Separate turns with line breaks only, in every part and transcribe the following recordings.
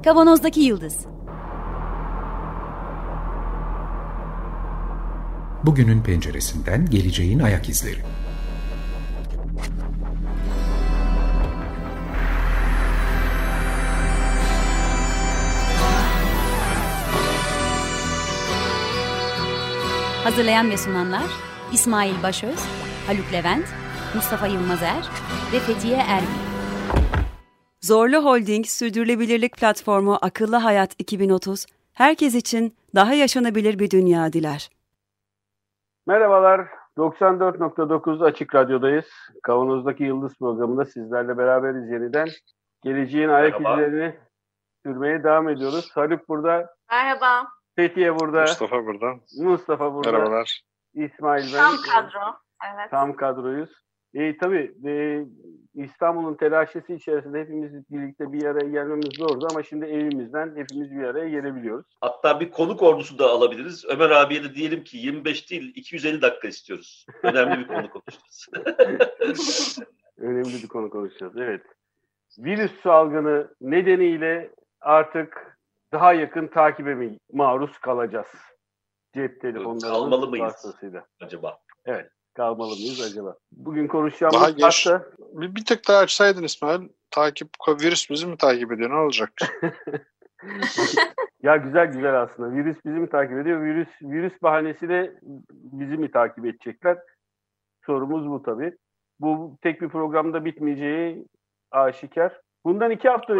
Kavanozdaki Yıldız.
Bugünün penceresinden geleceğin ayak izleri.
Hazırlayan ve sunanlar İsmail Başöz, Haluk Levent, Mustafa Yılmazer ve Fethiye Erbil.
Zorlu Holding Sürdürülebilirlik Platformu Akıllı Hayat 2030, herkes için daha yaşanabilir bir dünya diler.
Merhabalar, 94.9 Açık Radyo'dayız. Kavanozdaki Yıldız programında sizlerle beraberiz yeniden. Geleceğin ayak izlerini sürmeye devam ediyoruz. Haluk burada.
Merhaba.
Fethiye burada.
Mustafa burada.
Merhabalar. İsmail ben.
Tam kadro. Evet.
Tam kadroyuz. Tabii İstanbul'un telaşesi içerisinde hepimiz birlikte bir araya gelmemiz zordu ama şimdi evimizden hepimiz bir araya gelebiliyoruz.
Hatta bir konuk ordusu da alabiliriz. Ömer abiye de diyelim ki 25 değil 250 dakika istiyoruz. Önemli bir konu konuşacağız.
Önemli bir konu konuşacağız, evet. Virüs salgını nedeniyle artık daha yakın takibe mi maruz kalacağız? Cep telefonlarımız
kalmalı mıyız
vasıtasıyla.
Acaba?
Evet. Kalmalı mıyız acaba? Bugün konuşacağımız hafta...
Bir tık daha açsaydın İsmail. Virüs bizi mi takip ediyor? Ne olacak?
Ya güzel aslında. Virüs bizi mi takip ediyor? Virüs bahanesiyle bizi mi takip edecekler? Sorumuz bu tabii. Bu tek bir programda bitmeyeceği aşikar. Bundan iki hafta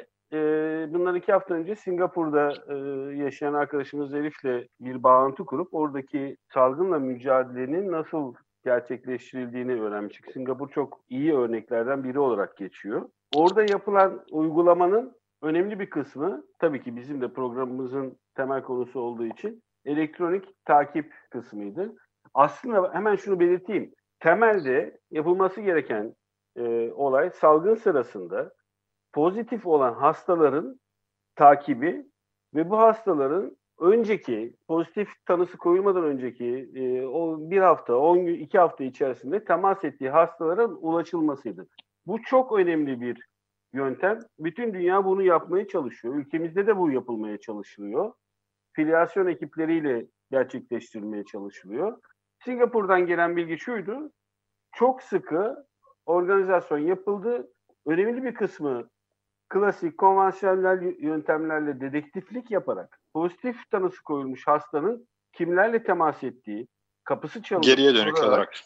önce Singapur'da yaşayan arkadaşımız Elif'le bir bağlantı kurup oradaki salgınla mücadelenin nasıl gerçekleştirildiğini öğrenmiştik. Singapur çok iyi örneklerden biri olarak geçiyor. Orada yapılan uygulamanın önemli bir kısmı, tabii ki bizim de programımızın temel konusu olduğu için, elektronik takip kısmıydı. Aslında hemen şunu belirteyim. Temelde yapılması gereken olay salgın sırasında pozitif olan hastaların takibi ve bu hastaların pozitif tanısı koyulmadan önceki o bir hafta, 10 gün, 2 hafta içerisinde temas ettiği hastalara ulaşılmasıydı. Bu çok önemli bir yöntem. Bütün dünya bunu yapmaya çalışıyor. Ülkemizde de bu yapılmaya çalışılıyor. Filyasyon ekipleriyle gerçekleştirilmeye çalışılıyor. Singapur'dan gelen bilgi şuydu. Çok sıkı organizasyon yapıldı. Önemli bir kısmı klasik, konvansiyonel yöntemlerle dedektiflik yaparak pozitif tanısı koyulmuş hastanın kimlerle temas ettiği, kapısı çalınıp
geriye dönük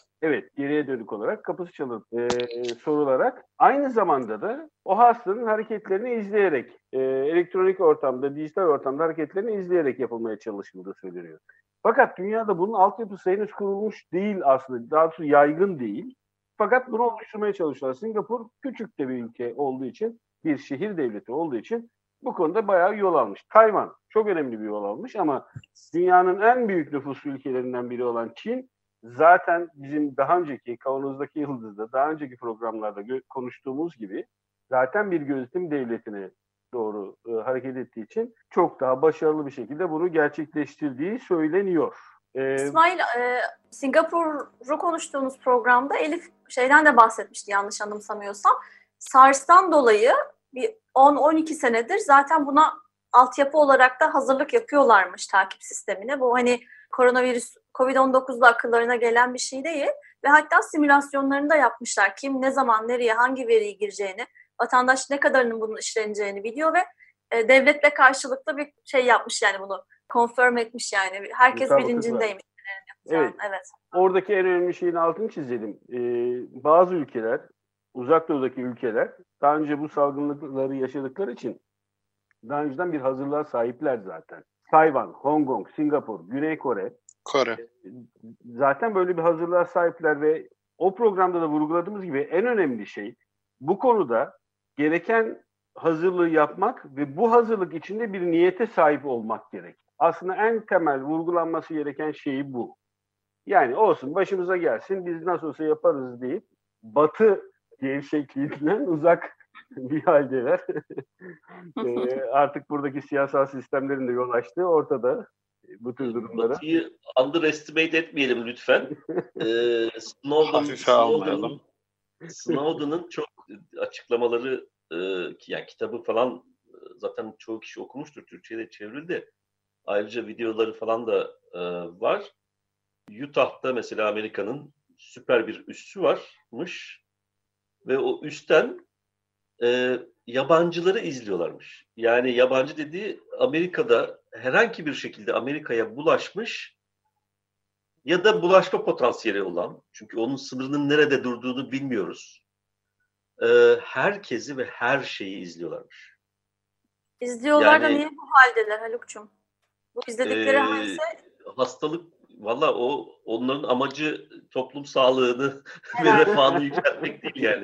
olarak kapısı çalınıp sorularak, aynı zamanda da o hastanın hareketlerini izleyerek, elektronik ortamda, dijital ortamda hareketlerini izleyerek yapılmaya çalışıldığı söyleniyor. Fakat dünyada bunun altyapısı henüz kurulmuş değil aslında, daha doğrusu yaygın değil. Fakat bunu oluşturmaya çalışıyorlar. Singapur küçük de bir ülke olduğu için, bir şehir devleti olduğu için bu konuda bayağı yol almış. Tayvan çok önemli bir yol almış ama dünyanın en büyük nüfuslu ülkelerinden biri olan Çin, zaten bizim daha önceki Kavanozdaki Yıldız'da, daha önceki programlarda konuştuğumuz gibi zaten bir gözetim devletine doğru hareket ettiği için çok daha başarılı bir şekilde bunu gerçekleştirdiği söyleniyor.
İsmail, Singapur'u konuştuğumuz programda Elif şeyden de bahsetmişti yanlış anımsamıyorsam. SARS'tan dolayı bir 10-12 senedir zaten buna altyapı olarak da hazırlık yapıyorlarmış, takip sistemine. Bu hani koronavirüs, Covid-19'da akıllarına gelen bir şey değil ve hatta simülasyonlarını da yapmışlar. Kim, ne zaman, nereye, hangi veriyi gireceğini, vatandaş ne kadarının bunun işleneceğini biliyor ve devletle karşılıklı bir şey yapmış, yani bunu confirm etmiş, yani herkes bilincindeymiş.
Evet. Oradaki en önemli şeyin altını çizelim. Bazı ülkeler, uzak doğudaki ülkeler daha önce bu salgınlıkları yaşadıkları için daha önceden bir hazırlığa sahipler zaten. Tayvan, Hong Kong, Singapur, Güney Kore. Zaten böyle bir hazırlığa sahipler ve o programda da vurguladığımız gibi en önemli şey bu konuda gereken hazırlığı yapmak ve bu hazırlık içinde bir niyete sahip olmak gerek. Aslında en temel vurgulanması gereken şey bu. Yani olsun, başımıza gelsin, biz nasıl olsa yaparız deyip Batı gevşekliğinden uzak bir haldeler. Artık buradaki siyasal sistemlerin de yol açtığı ortada bu tür durumlara.
Batı'yı underestimate etmeyelim lütfen. Snowden'ın çok açıklamaları, yani kitabı falan zaten çoğu kişi okumuştur. Türkçe'ye de çevrildi. Ayrıca videoları falan da var. Utah'ta mesela Amerika'nın süper bir üssü varmış ve o üstten yabancıları izliyorlarmış. Yani yabancı dediği Amerika'da herhangi bir şekilde Amerika'ya bulaşmış ya da bulaşma potansiyeli olan, çünkü onun sınırının nerede durduğunu bilmiyoruz. Herkesi ve her şeyi izliyorlarmış.
İzliyorlar da niye bu haldeler Haluk'cum? Bu izledikleri hadise...
Hastalık, valla onların amacı toplum sağlığını ve refahını yükseltmek değil yani.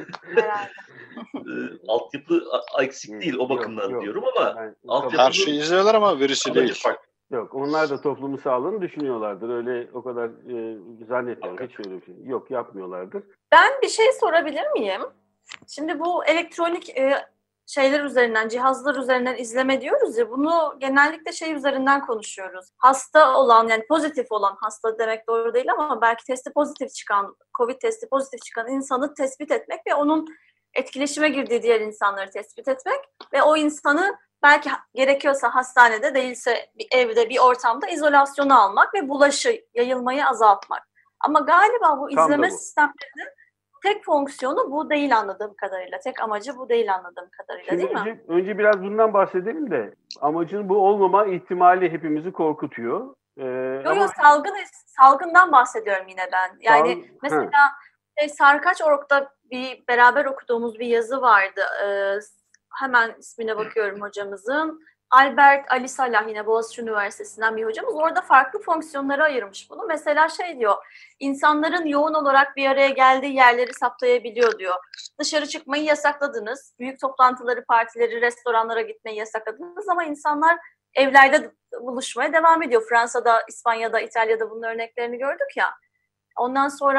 Altyapı eksik değil o bakımdan diyorum ama
her şeyi izliyorlar ama virüsü değil.
Yok, onlar da toplumun sağlığını düşünüyorlardır. Öyle o kadar zannetmiyorum. Hiç öyle bir şey. Yok, yapmıyorlardır.
Ben bir şey sorabilir miyim? Şimdi bu elektronik şeyler üzerinden, cihazlar üzerinden izleme diyoruz ya, bunu genellikle şey üzerinden konuşuyoruz. Hasta olan, yani pozitif olan, hasta demek doğru değil ama belki testi pozitif çıkan, Covid testi pozitif çıkan insanı tespit etmek ve onun etkileşime girdiği diğer insanları tespit etmek ve o insanı belki gerekiyorsa hastanede değilse bir evde, bir ortamda izolasyona almak ve bulaşı, yayılmayı azaltmak. Ama galiba bu izleme sistemlerinin tek fonksiyonu bu değil anladığım kadarıyla. Tek amacı bu değil anladığım kadarıyla.
Şimdi
değil mi?
Önce biraz bundan bahsedelim de amacının bu olmama ihtimali hepimizi korkutuyor.
Yok, salgından bahsediyorum yine ben. Yani mesela Sarkaç.org'da beraber okuduğumuz bir yazı vardı. Hemen ismine bakıyorum hocamızın. Albert Ali Salah, yine Boğaziçi Üniversitesi'nden bir hocamız. Orada farklı fonksiyonlara ayırmış bunu. Mesela şey diyor, insanların yoğun olarak bir araya geldiği yerleri saptayabiliyor diyor. Dışarı çıkmayı yasakladınız. Büyük toplantıları, partileri, restoranlara gitmeyi yasakladınız ama insanlar evlerde buluşmaya devam ediyor. Fransa'da, İspanya'da, İtalya'da bunun örneklerini gördük ya. Ondan sonra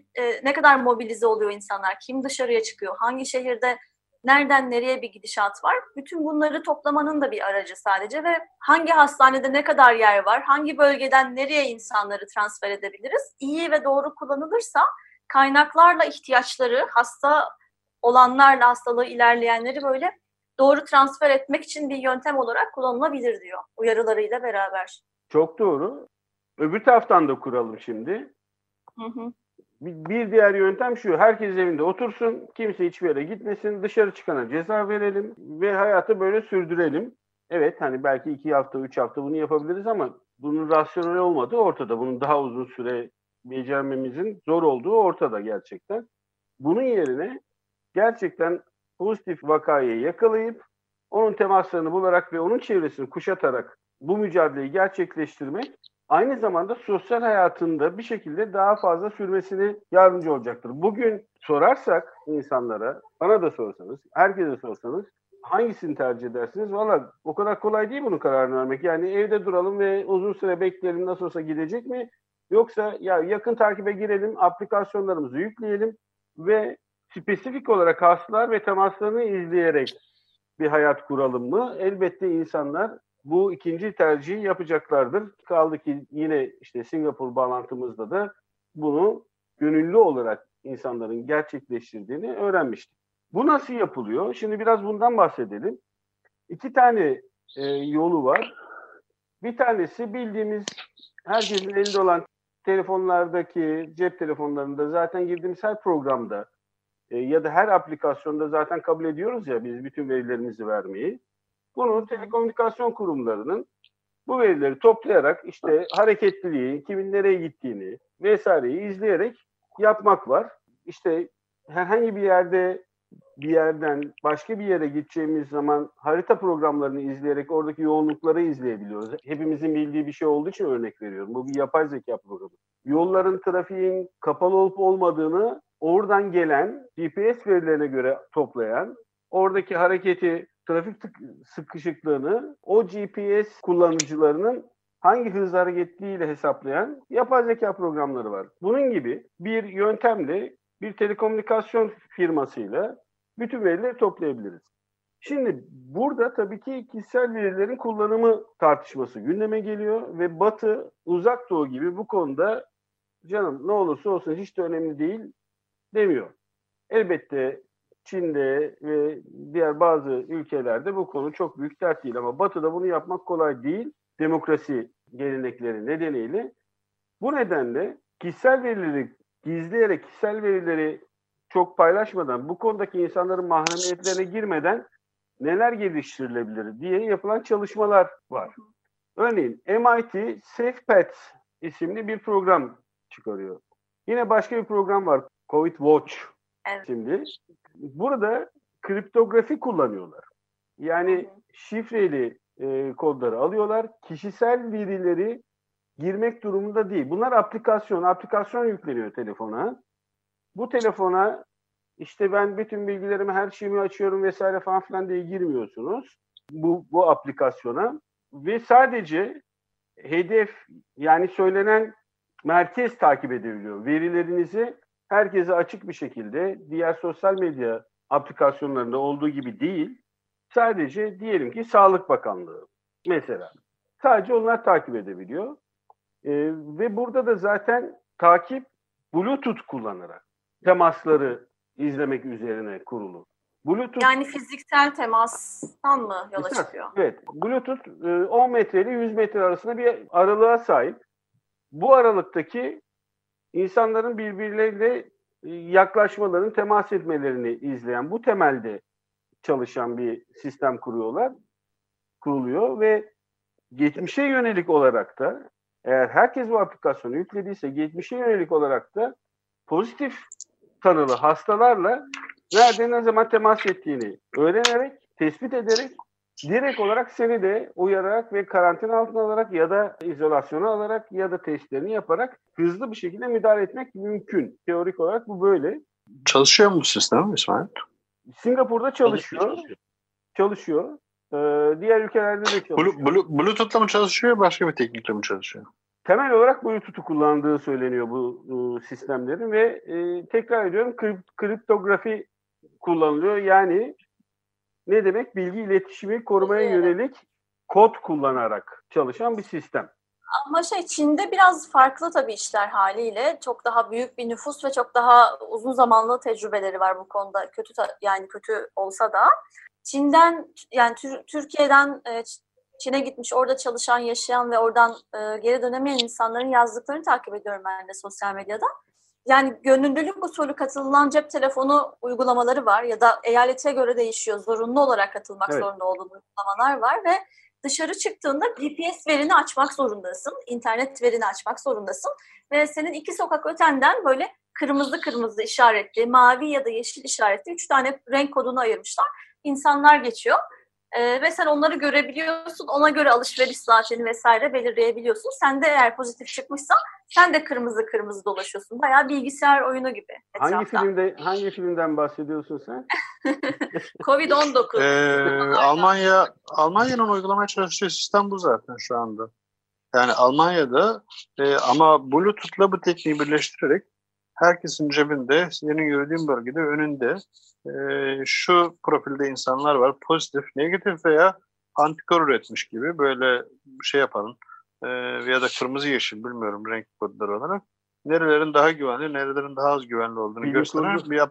ne kadar mobilize oluyor insanlar? Kim dışarıya çıkıyor? Hangi şehirde nereden nereye bir gidişat var? Bütün bunları toplamanın da bir aracı sadece ve hangi hastanede ne kadar yer var? Hangi bölgeden nereye insanları transfer edebiliriz? İyi ve doğru kullanılırsa kaynaklarla ihtiyaçları, hasta olanlarla hastalığı ilerleyenleri böyle doğru transfer etmek için bir yöntem olarak kullanılabilir diyor. Uyarılarıyla beraber.
Çok doğru. Öbür taraftan da kuralım şimdi.
Hı.
Bir diğer yöntem şu: herkes evinde otursun, kimse hiçbir yere gitmesin, dışarı çıkana ceza verelim ve hayatı böyle sürdürelim. Evet, hani belki 2 hafta, 3 hafta bunu yapabiliriz ama bunun rasyonel olmadığı ortada. Bunun daha uzun süre becermemizin zor olduğu ortada gerçekten. Bunun yerine gerçekten pozitif vakayı yakalayıp onun temaslarını bularak ve onun çevresini kuşatarak bu mücadeleyi gerçekleştirmek aynı zamanda sosyal hayatında bir şekilde daha fazla sürmesine yardımcı olacaktır. Bugün sorarsak insanlara, bana da sorsanız, herkese sorsanız hangisini tercih edersiniz? Valla o kadar kolay değil bunun kararını vermek. Yani evde duralım ve uzun süre bekleyelim, nasıl olsa gidecek mi? Yoksa ya yakın takibe girelim, aplikasyonlarımızı yükleyelim ve spesifik olarak hastalar ve temaslarını izleyerek bir hayat kuralım mı? Elbette insanlar bu ikinci tercihi yapacaklardır. Kaldı ki yine işte Singapur bağlantımızda da bunu gönüllü olarak insanların gerçekleştirdiğini öğrenmiştik. Bu nasıl yapılıyor? Şimdi biraz bundan bahsedelim. 2 tane yolu var. Bir tanesi bildiğimiz herkesin elinde olan telefonlardaki, cep telefonlarında zaten girdiğimiz her programda ya da her aplikasyonda zaten kabul ediyoruz ya biz bütün verilerimizi vermeyi. Bunu telekomünikasyon kurumlarının bu verileri toplayarak işte hareketliliği, kimin nereye gittiğini vesaireyi izleyerek yapmak var. İşte herhangi bir yerden başka bir yere gideceğimiz zaman harita programlarını izleyerek oradaki yoğunlukları izleyebiliyoruz. Hepimizin bildiği bir şey olduğu için örnek veriyorum. Bu bir yapay zeka programı. Yolların, trafiğin kapalı olup olmadığını oradan gelen GPS verilerine göre toplayan, oradaki hareketi, trafik sıkışıklığını o GPS kullanıcılarının hangi hızla hareket ettiğiyle hesaplayan yapay zeka programları var. Bunun gibi bir yöntemle bir telekomünikasyon firmasıyla bütün verileri toplayabiliriz. Şimdi burada tabii ki kişisel verilerin kullanımı tartışması gündeme geliyor ve Batı, Uzak Doğu gibi bu konuda canım ne olursa olsun hiç de önemli değil demiyor. Elbette Çin'de ve diğer bazı ülkelerde bu konu çok büyük dert değil ama Batı'da bunu yapmak kolay değil. Demokrasi gelenekleri nedeniyle. Bu nedenle kişisel verileri gizleyerek, kişisel verileri çok paylaşmadan, bu konudaki insanların mahremiyetlerine girmeden neler geliştirilebilir diye yapılan çalışmalar var. Örneğin MIT SafePath isimli bir program çıkarıyor. Yine başka bir program var, COVID Watch.
Evet.
Şimdi burada kriptografi kullanıyorlar. Yani şifreli kodları alıyorlar. Kişisel verileri girmek durumunda değil. Bunlar aplikasyon yükleniyor telefona. Bu telefona işte ben bütün bilgilerimi, her şeyimi açıyorum vesaire falan filan diye girmiyorsunuz bu aplikasyona ve sadece hedef, yani söylenen merkez takip edebiliyor. Verilerinizi herkese açık bir şekilde diğer sosyal medya aplikasyonlarında olduğu gibi değil, sadece diyelim ki Sağlık Bakanlığı mesela. Sadece onlar takip edebiliyor. Ve burada da zaten takip Bluetooth kullanarak temasları izlemek üzerine kurulu. Bluetooth,
yani fiziksel temastan mı yola çıkıyor?
Evet. Bluetooth 10 metre ile 100 metre arasında bir aralığa sahip. Bu aralıktaki insanların birbirleriyle yaklaşmalarını, temas etmelerini izleyen, bu temelde çalışan bir sistem kuruluyor ve geçmişe yönelik olarak da, eğer herkes bu aplikasyonu yüklediyse, geçmişe yönelik olarak da pozitif tanılı hastalarla nerede ne zaman temas ettiğini öğrenerek, tespit ederek direkt olarak seni de uyararak ve karantina altına alarak ya da izolasyona alarak ya da testlerini yaparak hızlı bir şekilde müdahale etmek mümkün. Teorik olarak bu böyle.
Çalışıyor mu bu sistem İsmail?
Singapur'da çalışıyor. Diğer ülkelerde de çalışıyor.
Bluetooth'la mı çalışıyor, başka bir teknikle mi çalışıyor?
Temel olarak Bluetooth'u kullandığı söyleniyor bu sistemlerin ve tekrar ediyorum, kriptografi kullanılıyor. Yani ne demek? Bilgi iletişimi korumaya yönelik kod kullanarak çalışan bir sistem.
Ama Çin'de biraz farklı tabii işler haliyle. Çok daha büyük bir nüfus ve çok daha uzun zamanlı tecrübeleri var bu konuda. Kötü olsa da. Çin'den, yani Türkiye'den Çin'e gitmiş, orada çalışan, yaşayan ve oradan geri dönemeyen insanların yazdıklarını takip ediyorum ben de sosyal medyada. Yani gönüllülük usulü katılılan cep telefonu uygulamaları var ya da eyalete göre değişiyor. Zorunlu olarak katılmak zorunda olduğun uygulamalar var ve dışarı çıktığında GPS verini açmak zorundasın, internet verini açmak zorundasın ve senin 2 sokak ötenden böyle kırmızı işaretli, mavi ya da yeşil işaretli 3 tane renk kodunu ayırmışlar. İnsanlar geçiyor ve sen onları görebiliyorsun, ona göre alışveriş saatini vesaire belirleyebiliyorsun. Sen de eğer pozitif çıkmışsa sen de kırmızı dolaşıyorsun. Bayağı bilgisayar oyunu gibi etrafta.
Hangi filmden bahsediyorsun sen?
Covid-19.
Almanya'nın uygulamaya çalıştığı sistem bu zaten şu anda. Yani Almanya'da ama Bluetooth'la bu tekniği birleştirerek herkesin cebinde, senin yürüdüğün bölgede önünde şu profilde insanlar var. Pozitif, negatif veya antikor üretmiş gibi böyle şey yapalım. Ya da kırmızı yeşil, bilmiyorum, renk kodları olarak. Nerelerin daha güvenli, nerelerin daha az güvenli olduğunu gösteren bir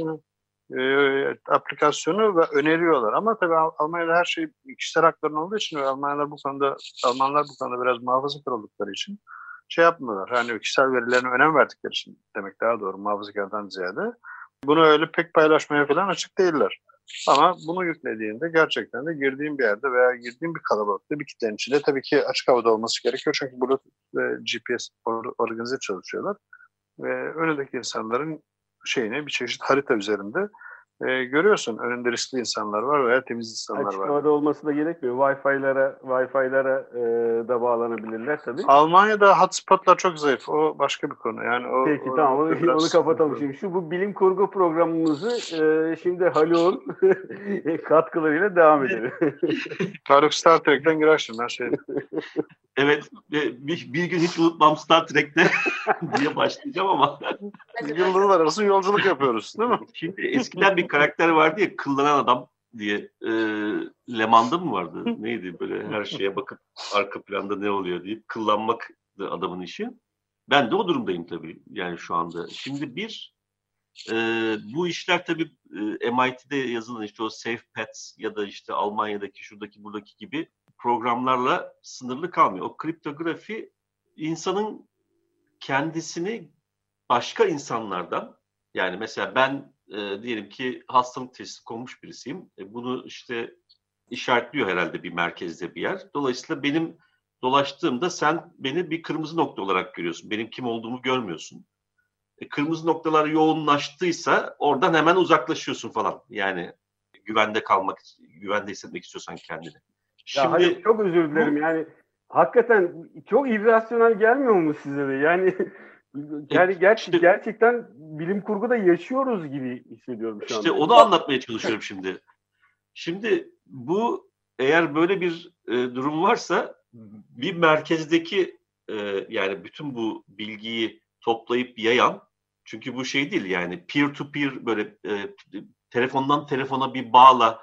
aplikasyonu ve öneriyorlar. Ama tabii Almanya'da her şey kişisel hakların olduğu için ve Almanlar bu konuda biraz muhafazakar oldukları için şey yapmıyorlar. Yani kişisel verilerine önem verdikleri için demek daha doğru, muhafazakardan ziyade. Bunu öyle pek paylaşmaya falan açık değiller. Ama bunu yüklediğinde gerçekten de girdiğin bir yerde veya girdiğin bir kalabalıkta bir kitlenin içinde tabii ki açık havada olması gerekiyor. Çünkü Bluetooth ve GPS organize çalışıyorlar. Ve önündeki insanların bir çeşit harita üzerinde görüyorsun. Önünde riskli insanlar var veya temiz insanlar var.
Açık havada olması da gerekmiyor. Wi-Fi'lara da bağlanabilirler tabii.
Almanya'da hotspotlar çok zayıf. O başka bir konu. Yani
Peki tamam, onu kapatalım şimdi. Bu bilim kurgu programımızı şimdi Haluk'un katkılarıyla devam edelim.
Haluk Star Trek'ten girer şimdi her şey.
Evet, bir gün hiç unutmam Star Trek'te diye başlayacağım ama.
Yıldızlar arası yolculuk yapıyoruz, değil mi?
Şimdi eskiden bir karakter vardı ya, kıllanan adam diye. Leman'da mı vardı? Neydi, böyle her şeye bakıp arka planda ne oluyor deyip kıllanmaktı adamın işi. Ben de o durumdayım tabii yani şu anda. Şimdi Bu işler tabii MIT'de yazılan işte o Safe Paths ya da işte Almanya'daki şuradaki buradaki gibi programlarla sınırlı kalmıyor. O kriptografi insanın kendisini başka insanlardan, yani mesela ben diyelim ki hastalık teşhisi konmuş birisiyim. Bunu işte işaretliyor herhalde bir merkezde bir yer. Dolayısıyla benim dolaştığımda sen beni bir kırmızı nokta olarak görüyorsun. Benim kim olduğumu görmüyorsun. Kırmızı noktalar yoğunlaştıysa oradan hemen uzaklaşıyorsun falan. Yani güvende hissetmek istiyorsan kendini.
Ya hayır, çok özür dilerim yani hakikaten çok irrasyonel gelmiyor mu size de? Yani gerçekten bilim kurguda yaşıyoruz gibi hissediyorum şu anda.
İşte onu anlatmaya çalışıyorum şimdi. Şimdi bu eğer böyle bir durum varsa bir merkezdeki yani bütün bu bilgiyi toplayıp yayan, çünkü bu şey değil yani peer to peer böyle telefondan telefona bir bağla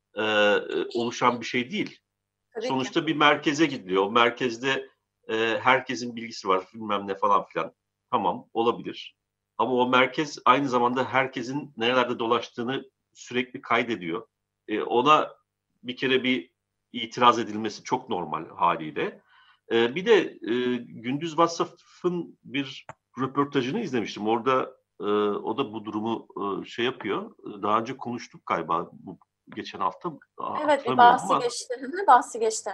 oluşan bir şey değil. Tabii sonuçta ki bir merkeze gidiliyor. O merkezde herkesin bilgisi var bilmem ne falan filan. Tamam, olabilir. Ama o merkez aynı zamanda herkesin nerelerde dolaştığını sürekli kaydediyor. Ona bir kere bir itiraz edilmesi çok normal haliyle. Bir de Gündüz Vassaf'ın bir röportajını izlemiştim. Orada o da bu durumu şey yapıyor. Daha önce konuştuk galiba bu geçen hafta.
Evet, bir bahsi geçti.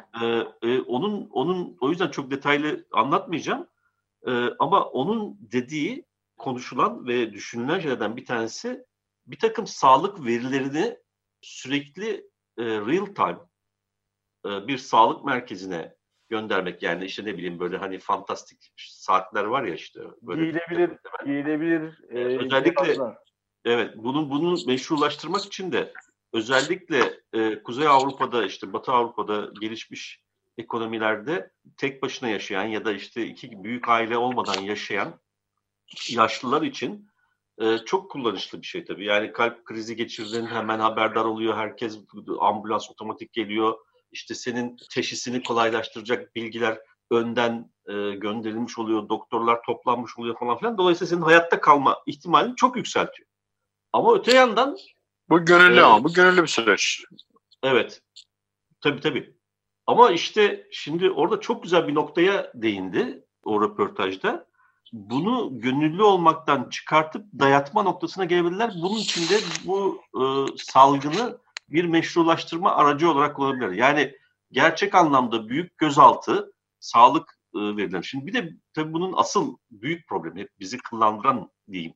Onun o yüzden çok detaylı anlatmayacağım. Ama onun dediği, konuşulan ve düşünülen şeylerden bir tanesi bir takım sağlık verilerini sürekli real time bir sağlık merkezine göndermek. Yani işte ne bileyim böyle hani fantastik saatler var ya işte. Böyle
giyilebilir.
Özellikle evet bunu meşrulaştırmak için de özellikle Kuzey Avrupa'da işte Batı Avrupa'da gelişmiş ekonomilerde tek başına yaşayan ya da işte iki büyük aile olmadan yaşayan yaşlılar için çok kullanışlı bir şey tabii. Yani kalp krizi geçirdin hemen haberdar oluyor herkes, ambulans otomatik geliyor. İşte senin teşhisini kolaylaştıracak bilgiler önden gönderilmiş oluyor, doktorlar toplanmış oluyor falan filan. Dolayısıyla senin hayatta kalma ihtimalini çok yükseltiyor. Ama öte yandan
bu gönüllü ama bu gönüllü bir süreç.
Evet. Tabii. Ama işte şimdi orada çok güzel bir noktaya değindi o röportajda. Bunu gönüllü olmaktan çıkartıp dayatma noktasına gelebilirler. Bunun için de bu salgını bir meşrulaştırma aracı olarak kullanabilirler. Yani gerçek anlamda büyük gözaltı, sağlık verileri. Şimdi bir de tabii bunun asıl büyük problemi, hep bizi kıllandıran diyeyim.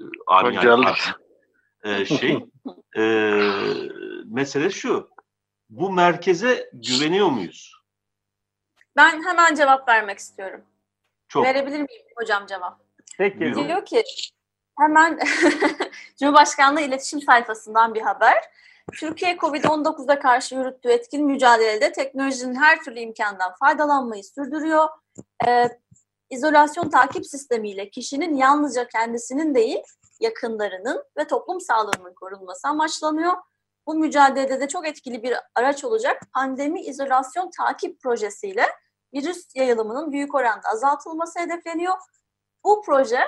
Mesele şu. Bu merkeze güveniyor muyuz?
Ben hemen cevap vermek istiyorum.
Çok.
Verebilir miyim hocam cevap?
Peki.
Diyor ki hemen Cumhurbaşkanlığı iletişim sayfasından bir haber. Türkiye Covid-19'a karşı yürüttüğü etkin mücadelede teknolojinin her türlü imkandan faydalanmayı sürdürüyor. İzolasyon takip sistemiyle kişinin yalnızca kendisinin değil, yakınlarının ve toplum sağlığının korunması amaçlanıyor. Bu mücadelede de çok etkili bir araç olacak pandemi izolasyon takip projesiyle virüs yayılımının büyük oranda azaltılması hedefleniyor. Bu proje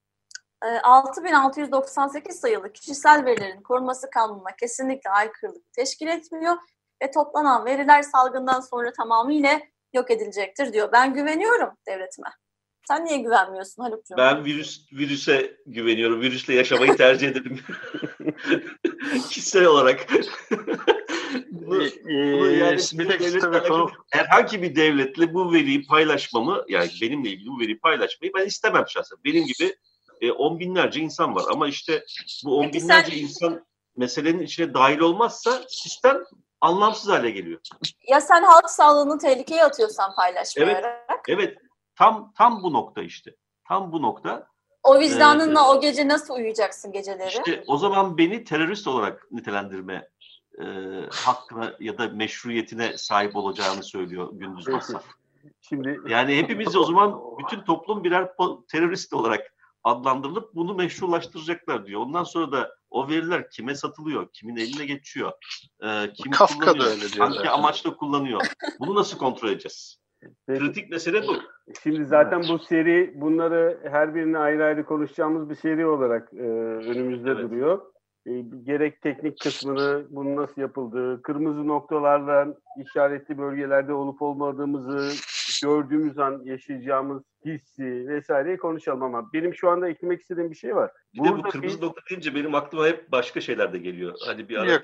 6698 sayılı kişisel verilerin korunması kanununa kesinlikle aykırılık teşkil etmiyor ve toplanan veriler salgından sonra tamamıyla yok edilecektir diyor. Ben güveniyorum devletime. Sen niye güvenmiyorsun Haluk'cuğum?
Ben virüse güveniyorum. Virüsle yaşamayı tercih ederim. Kişisel olarak. bunu yani herhangi bir devletle bu veriyi paylaşmamı, yani benimle ilgili bu veriyi paylaşmayı ben istemem şahsen. Benim gibi on binlerce insan var ama işte bu on binlerce insan meselenin içine dahil olmazsa sistem anlamsız hale geliyor.
Ya sen halk sağlığını tehlikeye atıyorsan paylaşmayarak.
Evet. Tam bu nokta işte. Tam bu nokta.
O vicdanınla o gece nasıl uyuyacaksın geceleri?
İşte o zaman beni terörist olarak nitelendirme hakkına ya da meşruiyetine sahip olacağını söylüyor Gündüz Vassaf.
Şimdi
yani hepimiz o zaman bütün toplum birer terörist olarak adlandırılıp bunu meşrulaştıracaklar diyor. Ondan sonra da o veriler kime satılıyor, kimin eline geçiyor, kim kullanıyor, hangi amaçla kullanıyor. Bunu nasıl kontrol edeceğiz? Kritik mesele bu.
Şimdi zaten bu seri, bunları her birini ayrı ayrı konuşacağımız bir seri olarak önümüzde duruyor. Gerek teknik kısmını, bunun nasıl yapıldığı, kırmızı noktalarla işaretli bölgelerde olup olmadığımızı gördüğümüz an yaşayacağımız hissi vesaireyi konuşalım ama benim şu anda eklemek istediğim bir şey var.
Bir de bu kırmızı nokta deyince benim aklıma hep başka şeyler de geliyor. Hani bir ara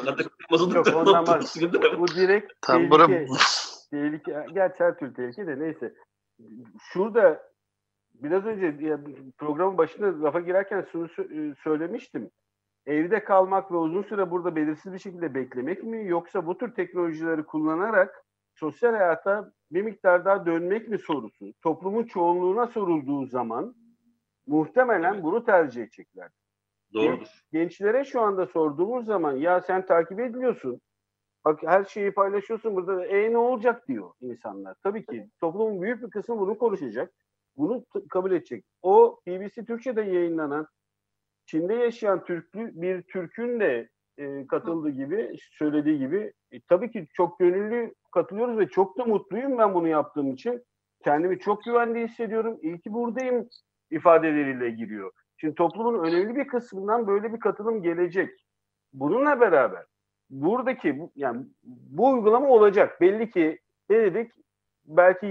bu direkt tehlike. Gerçi her türlü tehlike de neyse. Şurada biraz önce programın başında lafa girerken şunu söylemiştim. Evde kalmak ve uzun süre burada belirsiz bir şekilde beklemek mi, yoksa bu tür teknolojileri kullanarak sosyal hayata bir miktar daha dönmek mi sorusu toplumun çoğunluğuna sorulduğu zaman muhtemelen bunu tercih edecekler.
Doğrudur.
Gençlere şu anda sorduğumuz zaman ya sen takip ediliyorsun, bak her şeyi paylaşıyorsun burada, ne olacak diyor insanlar. Tabii ki toplumun büyük bir kısmı bunu konuşacak, bunu kabul edecek. O BBC Türkçe'de yayınlanan Çin'de yaşayan bir Türk'ün de katıldığı gibi, söylediği gibi tabii ki çok gönüllü katılıyoruz ve çok da mutluyum ben bunu yaptığım için. Kendimi çok güvende hissediyorum. İyi ki buradayım ifadeleriyle giriyor. Şimdi toplumun önemli bir kısmından böyle bir katılım gelecek. Bununla beraber buradaki bu uygulama olacak. Belli ki ne dedik? Belki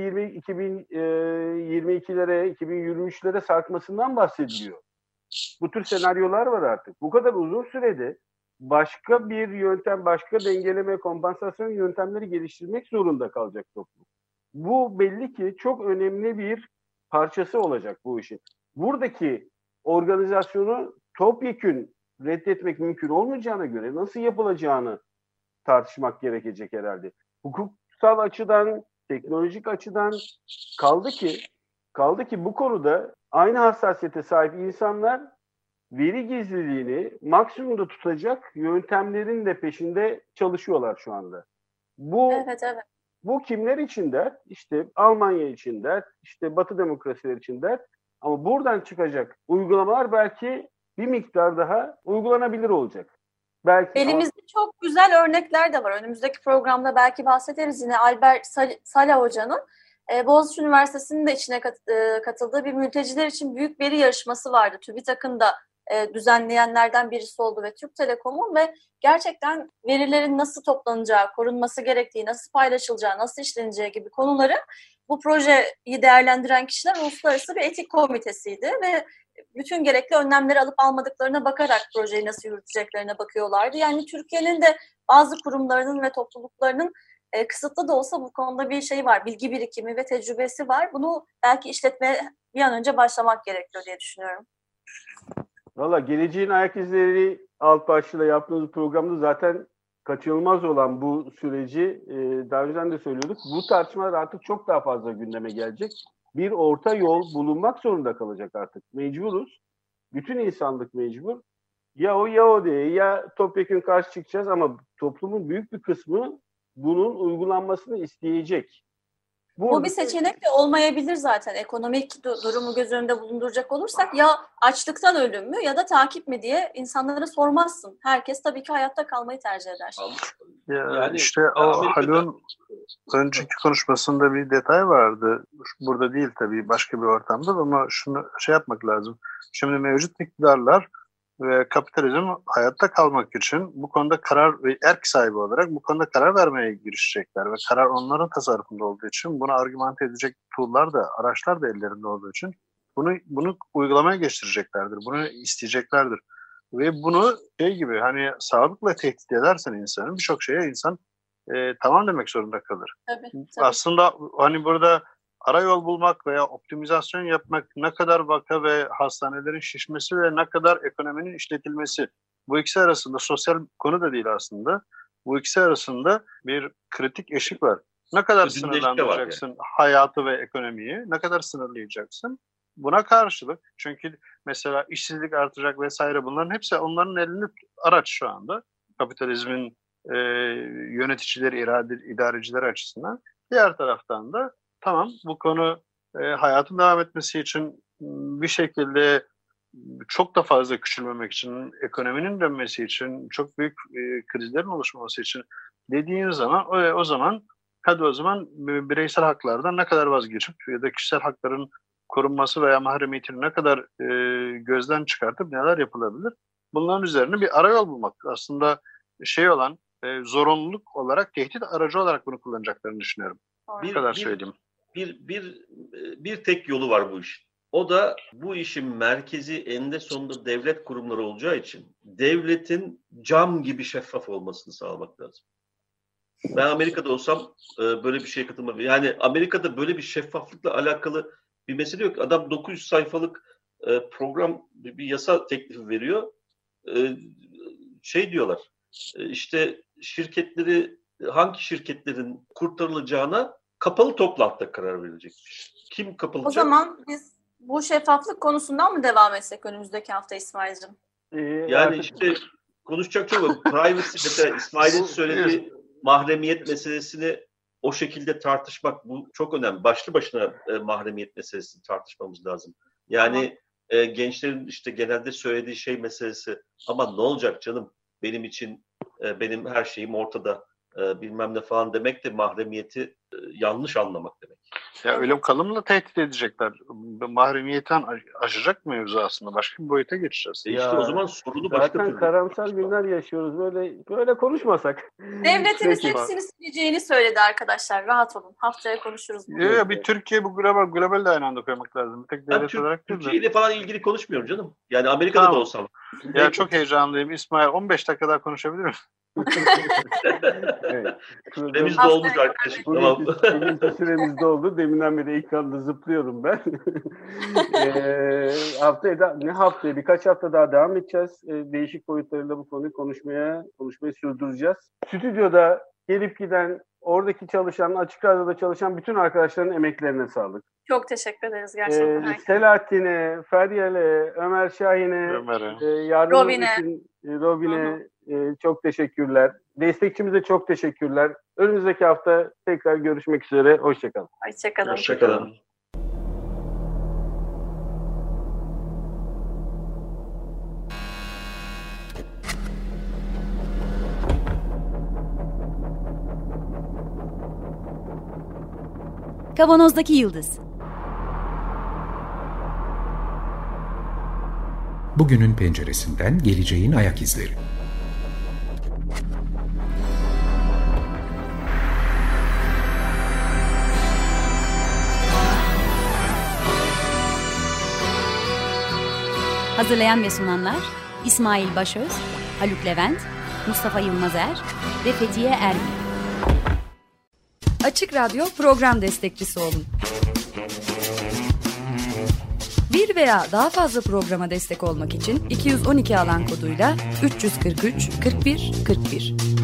2022'lere, 2023'lere sarkmasından bahsediliyor. Bu tür senaryolar var artık. Bu kadar uzun sürede başka bir yöntem, başka dengeleme, kompansasyon yöntemleri geliştirmek zorunda kalacak toplum. Bu belli ki çok önemli bir parçası olacak bu işin. Buradaki organizasyonu topyekün reddetmek mümkün olmayacağına göre nasıl yapılacağını tartışmak gerekecek herhalde. Hukuksal açıdan, teknolojik açıdan kaldı ki bu konuda aynı hassasiyete sahip insanlar veri gizliliğini maksimumda tutacak yöntemlerin de peşinde çalışıyorlar şu anda.
Evet.
Bu kimler için dert? İşte Almanya için dert, işte Batı demokrasileri için dert. Ama buradan çıkacak uygulamalar belki bir miktar daha uygulanabilir olacak.
Elimizde çok güzel örnekler de var. Önümüzdeki programda belki bahsederiz yine. Albert Sala Hoca'nın Boğaziçi Üniversitesi'nin de içine katıldığı bir mülteciler için büyük veri yarışması vardı. TÜBİTAK'ın da düzenleyenlerden birisi oldu ve Türk Telekom'un ve gerçekten verilerin nasıl toplanacağı, korunması gerektiği, nasıl paylaşılacağı, nasıl işleneceği gibi konuları bu projeyi değerlendiren kişiler uluslararası bir etik komitesiydi ve bütün gerekli önlemleri alıp almadıklarına bakarak projeyi nasıl yürüteceklerine bakıyorlardı. Yani Türkiye'nin de bazı kurumlarının ve topluluklarının kısıtlı da olsa bu konuda bir şey var, bilgi birikimi ve tecrübesi var. Bunu belki işletmeye bir an önce başlamak gerekiyor diye düşünüyorum.
Valla geleceğin ayak izleri alt başlığıyla yaptığımız programda zaten kaçınılmaz olan bu süreci daha önceden de söylüyorduk. Bu tartışmalar artık çok daha fazla gündeme gelecek. Bir orta yol bulunmak zorunda kalacak artık. Mecburuz. Bütün insanlık mecbur. Ya o diye ya topyekun karşı çıkacağız ama toplumun büyük bir kısmı bunun uygulanmasını isteyecek.
Bu bir seçenek de olmayabilir zaten. Ekonomik durumu göz önünde bulunduracak olursak ya açlıktan ölüm mü ya da takip mi diye insanlara sormazsın. Herkes tabii ki hayatta kalmayı tercih eder.
Yani işte o Haluk'un önceki konuşmasında bir detay vardı. Burada değil tabii, başka bir ortamda, ama şunu yapmak lazım. Şimdi mevcut iktidarlar ve kapitalizm hayatta kalmak için bu konuda karar ve erk sahibi olarak bu konuda karar vermeye girişecekler ve karar onların tasarrufunda olduğu için bunu argümante edecek tool'lar da, araçlar da ellerinde olduğu için bunu uygulamaya geçireceklerdir. Bunu isteyeceklerdir. Ve bunu gibi hani sağlıkla tehdit edersen insanın, birçok şeye insan tamam demek zorunda kalır.
Tabii.
Aslında hani burada arayol bulmak veya optimizasyon yapmak, ne kadar vaka ve hastanelerin şişmesi ve ne kadar ekonominin işletilmesi, bu ikisi arasında, sosyal konu da değil aslında, bu ikisi arasında bir kritik eşik var. Ne kadar sınırlandıracaksın hayatı ve ekonomiyi, ne kadar sınırlayacaksın? Buna karşılık, çünkü mesela işsizlik artacak vesaire, bunların hepsi onların elinde araç şu anda. Kapitalizmin yöneticileri, idarecileri açısından. Diğer taraftan da tamam, bu konu hayatın devam etmesi için bir şekilde çok da fazla küçülmemek için, ekonominin dönmesi için, çok büyük krizlerin oluşmaması için dediğin zaman o zaman Hadi o zaman bireysel haklardan ne kadar vazgeçip ya da kişisel hakların korunması veya mahremiyetini ne kadar gözden çıkartıp neler yapılabilir? Bunların üzerine bir arayol bulmak. Aslında olan zorunluluk olarak, tehdit aracı olarak bunu kullanacaklarını düşünüyorum. Bu kadar söyleyeyim.
Bir tek yolu var bu işin. O da bu işin merkezi eninde sonunda devlet kurumları olacağı için devletin cam gibi şeffaf olmasını sağlamak lazım. Ben Amerika'da olsam böyle bir şeye katılmam. Yani Amerika'da böyle bir şeffaflıkla alakalı bir mesele yok. Adam 900 sayfalık program, bir yasa teklifi veriyor. Diyorlar. İşte hangi şirketlerin kurtarılacağına kapalı toplantıda karar verilecekmiş. Kim kapatılacak?
O zaman biz bu şeffaflık konusundan mı devam etsek önümüzdeki hafta İsmail'cim?
Yani işte konuşacak çok var. Privacy, mesela İsmail'in söylediği mahremiyet meselesini o şekilde tartışmak, bu çok önemli. Başlı başına mahremiyet meselesini tartışmamız lazım. Yani gençlerin işte genelde söylediği şey meselesi, ama ne olacak canım, benim için benim her şeyim ortada bilmem ne falan demek de mahremiyeti yanlış anlamak demek.
Ya ölüm kalımla tehdit edecekler. Mahremiyetten aşacak mevzu aslında. Başka bir boyuta geçeceğiz.
İşte o zaman sorunu başka türlü.
Zaten karamsar günler yaşıyoruz. Böyle konuşmasak.
Devletimiz hepsini sileceğini söyledi arkadaşlar. Rahat olun. Haftaya konuşuruz.
Bir Türkiye bu global de aynı anda koymak lazım. Bir tek devlet olarak değil de.
Türkiye ile falan ilgili konuşmuyorum canım. Yani Amerika'da da olsam.
Ya çok heyecanlıyım. İsmail 15 dakika daha konuşabilir miyim?
Evet.
Süremiz dolmuş arkadaşım. Tamam.
Bugünkü süremiz doldu. Deminden beri ekranda zıplıyorum ben. Haftaya birkaç hafta daha devam edeceğiz. Değişik boyutlarıyla bu konuyu konuşmayı sürdüreceğiz. Stüdyoda gelip giden, oradaki çalışan, Açık Radyo'da çalışan bütün arkadaşların emeklerine sağlık.
Çok teşekkür ederiz gerçekten.
Selahattin'e, Feryal'e, Ömer Şahin'e, Robin'e çok teşekkürler. Destekçimize çok teşekkürler. Önümüzdeki hafta tekrar görüşmek üzere. Hoşçakalın.
Hoşçakalın.
Kavanozdaki Yıldız.
Bugünün penceresinden geleceğin ayak izleri.
Hazırlayan ve sunanlar İsmail Başöz, Haluk Levent, Mustafa Yılmazer ve Fethiye Erbil.
Açık Radyo program destekçisi olun. Bir veya daha fazla programa destek olmak için 212 alan koduyla 343 41 41.